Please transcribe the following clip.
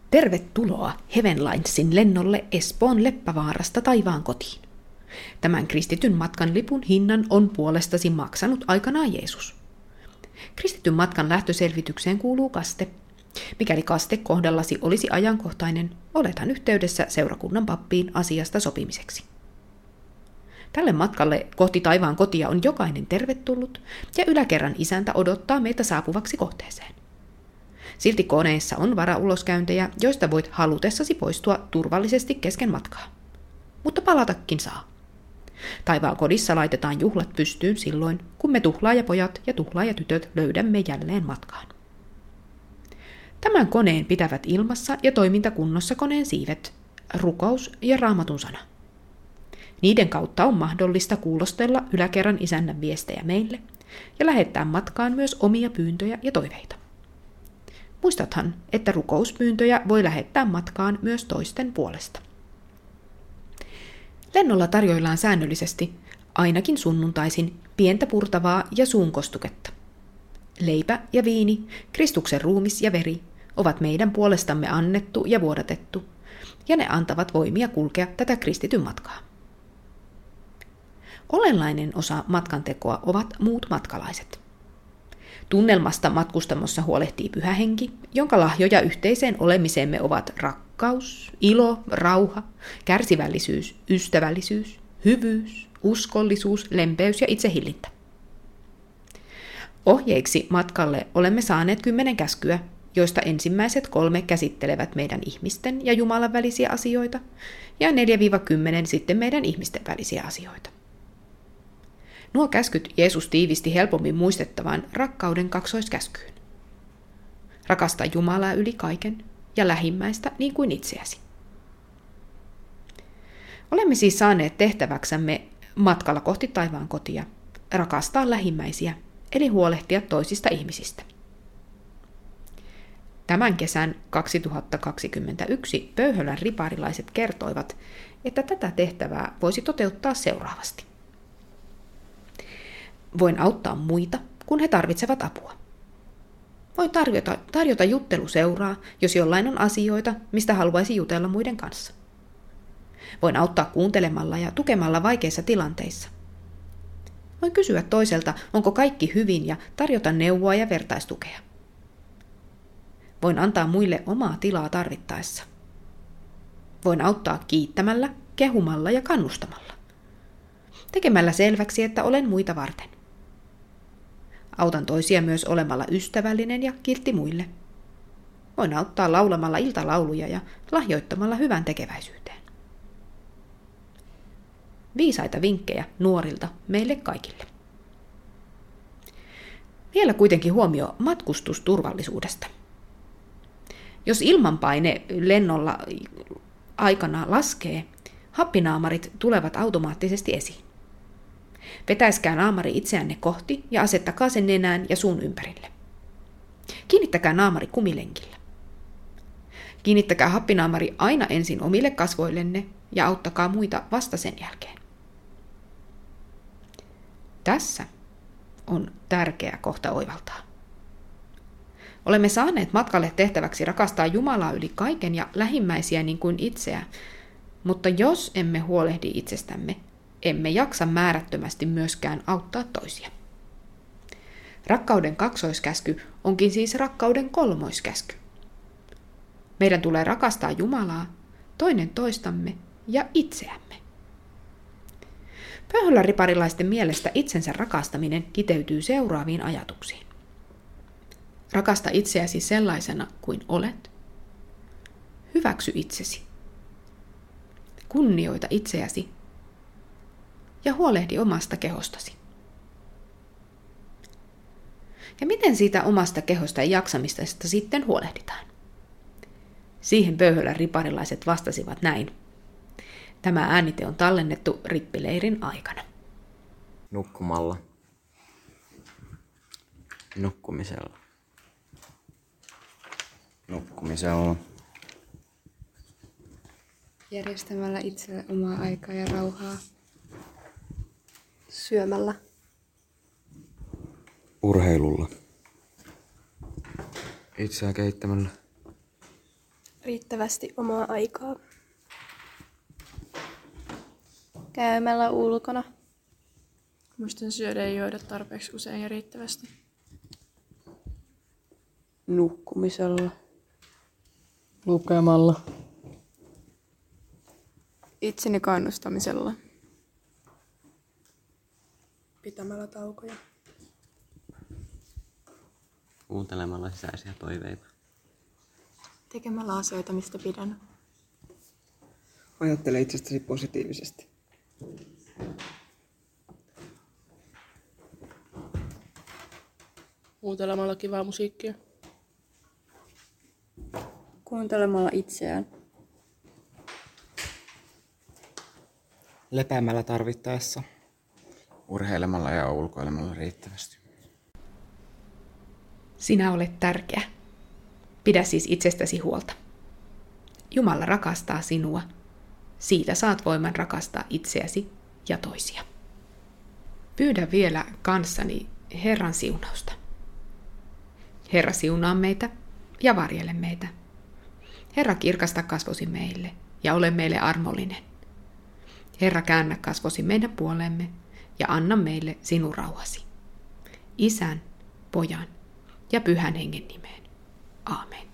Tervetuloa Heavenlinesin lennolle Espoon Leppävaarasta taivaan kotiin. Tämän kristityn matkan lipun hinnan on puolestasi maksanut aikanaan Jeesus. Kristityn matkan lähtöselvitykseen kuuluu kaste. Mikäli kaste kohdallasi olisi ajankohtainen, olethan yhteydessä seurakunnan pappiin asiasta sopimiseksi. Tälle matkalle kohti taivaan kotia on jokainen tervetullut ja yläkerran isäntä odottaa meitä saapuvaksi kohteeseen. Silti koneessa on varauloskäyntejä, joista voit halutessasi poistua turvallisesti kesken matkaa. Mutta palatakin saa. Taivaan kodissa laitetaan juhlat pystyyn silloin, kun me tuhlaajapojat ja tuhlaajatytöt löydämme jälleen matkaan. Tämän koneen pitävät ilmassa ja toimintakunnossa koneen siivet, rukous ja raamatun sana. Niiden kautta on mahdollista kuulostella yläkerran isännän viestejä meille ja lähettää matkaan myös omia pyyntöjä ja toiveita. Muistathan, että rukouspyyntöjä voi lähettää matkaan myös toisten puolesta. Lennolla tarjoillaan säännöllisesti, ainakin sunnuntaisin, pientä purtavaa ja suunkostuketta. Leipä ja viini, Kristuksen ruumis ja veri, ovat meidän puolestamme annettu ja vuodatettu, ja ne antavat voimia kulkea tätä kristityn matkaa. Olennainen osa matkantekoa ovat muut matkalaiset. Tunnelmasta matkustamossa huolehtii Pyhä Henki, jonka lahjoja yhteiseen olemiseemme ovat rakkaus, ilo, rauha, kärsivällisyys, ystävällisyys, hyvyys, uskollisuus, lempeys ja itsehillintä. Ohjeiksi matkalle olemme saaneet 10 käskyä, joista ensimmäiset 3 käsittelevät meidän ihmisten ja Jumalan välisiä asioita, ja 4-10 sitten meidän ihmisten välisiä asioita. Nuo käskyt Jeesus tiivisti helpommin muistettavan rakkauden kaksoiskäskyyn. Rakasta Jumalaa yli kaiken ja lähimmäistä niin kuin itseäsi. Olemme siis saaneet tehtäväksämme matkalla kohti taivaan kotia rakastaa lähimmäisiä, eli huolehtia toisista ihmisistä. Tämän kesän 2021 Pöyhölän riparilaiset kertoivat, että tätä tehtävää voisi toteuttaa seuraavasti. Voin auttaa muita, kun he tarvitsevat apua. Voin tarjota jutteluseuraa, jos jollain on asioita, mistä haluaisi jutella muiden kanssa. Voin auttaa kuuntelemalla ja tukemalla vaikeissa tilanteissa. Voin kysyä toiselta, onko kaikki hyvin ja tarjota neuvoa ja vertaistukea. Voin antaa muille omaa tilaa tarvittaessa. Voin auttaa kiittämällä, kehumalla ja kannustamalla. Tekemällä selväksi, että olen muita varten. Autan toisia myös olemalla ystävällinen ja kiltti muille. Voin auttaa laulamalla iltalauluja ja lahjoittamalla hyvän tekeväisyyteen. Viisaita vinkkejä nuorilta meille kaikille. Vielä kuitenkin huomio matkustusturvallisuudesta. Jos ilmanpaine lennolla aikana laskee, happinaamarit tulevat automaattisesti esiin. Vetäiskää naamari itseänne kohti ja asettakaa sen nenään ja suun ympärille. Kiinnittäkää naamari kumilenkillä. Kiinnittäkää happinaamari aina ensin omille kasvoillenne ja auttakaa muita vasta sen jälkeen. Tässä on tärkeä kohta oivaltaa. Olemme saaneet matkalle tehtäväksi rakastaa Jumalaa yli kaiken ja lähimmäisiä niin kuin itseä, mutta jos emme huolehdi itsestämme, emme jaksa määrättömästi myöskään auttaa toisia. Rakkauden kaksoiskäsky onkin siis rakkauden kolmoiskäsky. Meidän tulee rakastaa Jumalaa, toinen toistamme ja itseämme. Pöyhölän riparilaisten mielestä itsensä rakastaminen kiteytyy seuraaviin ajatuksiin. Rakasta itseäsi sellaisena kuin olet. Hyväksy itsesi. Kunnioita itseäsi. Ja huolehdi omasta kehostasi. Ja miten siitä omasta kehosta ja jaksamisesta sitten huolehditaan? Siihen Pöyhölän riparilaiset vastasivat näin. Tämä äänite on tallennettu rippileirin aikana. Nukkumalla. Nukkumisella. Nukkumisella. Järjestämällä itselle omaa aikaa ja rauhaa. Syömällä. Urheilulla. Itseä kehittämällä. riittävästi omaa aikaa. Käymällä ulkona. Muistan syödä ja juoda tarpeeksi usein ja riittävästi. Nukkumisella. Lukemalla. Itseni kannustamisella. Pitämällä taukoja. Kuuntelemalla sisäisiä toiveita. Tekemällä asioita, mistä pidän. Ajattele itsestäsi positiivisesti. Kuuntelemalla kivaa musiikkia. Kuuntelemalla itseään. Lepäämällä tarvittaessa. Urheilemalla ja ulkoilemalla riittävästi. Sinä olet tärkeä. Pidä siis itsestäsi huolta. Jumala rakastaa sinua. Siitä saat voiman rakastaa itseäsi ja toisia. Pyydä vielä kanssani Herran siunausta. Herra siunaa meitä ja varjele meitä. Herra kirkasta kasvosi meille ja ole meille armollinen. Herra käännä kasvosi meidän puolemme ja anna meille sinun rauhasi. Isän, Pojan ja Pyhän Hengen nimeen. Aamen.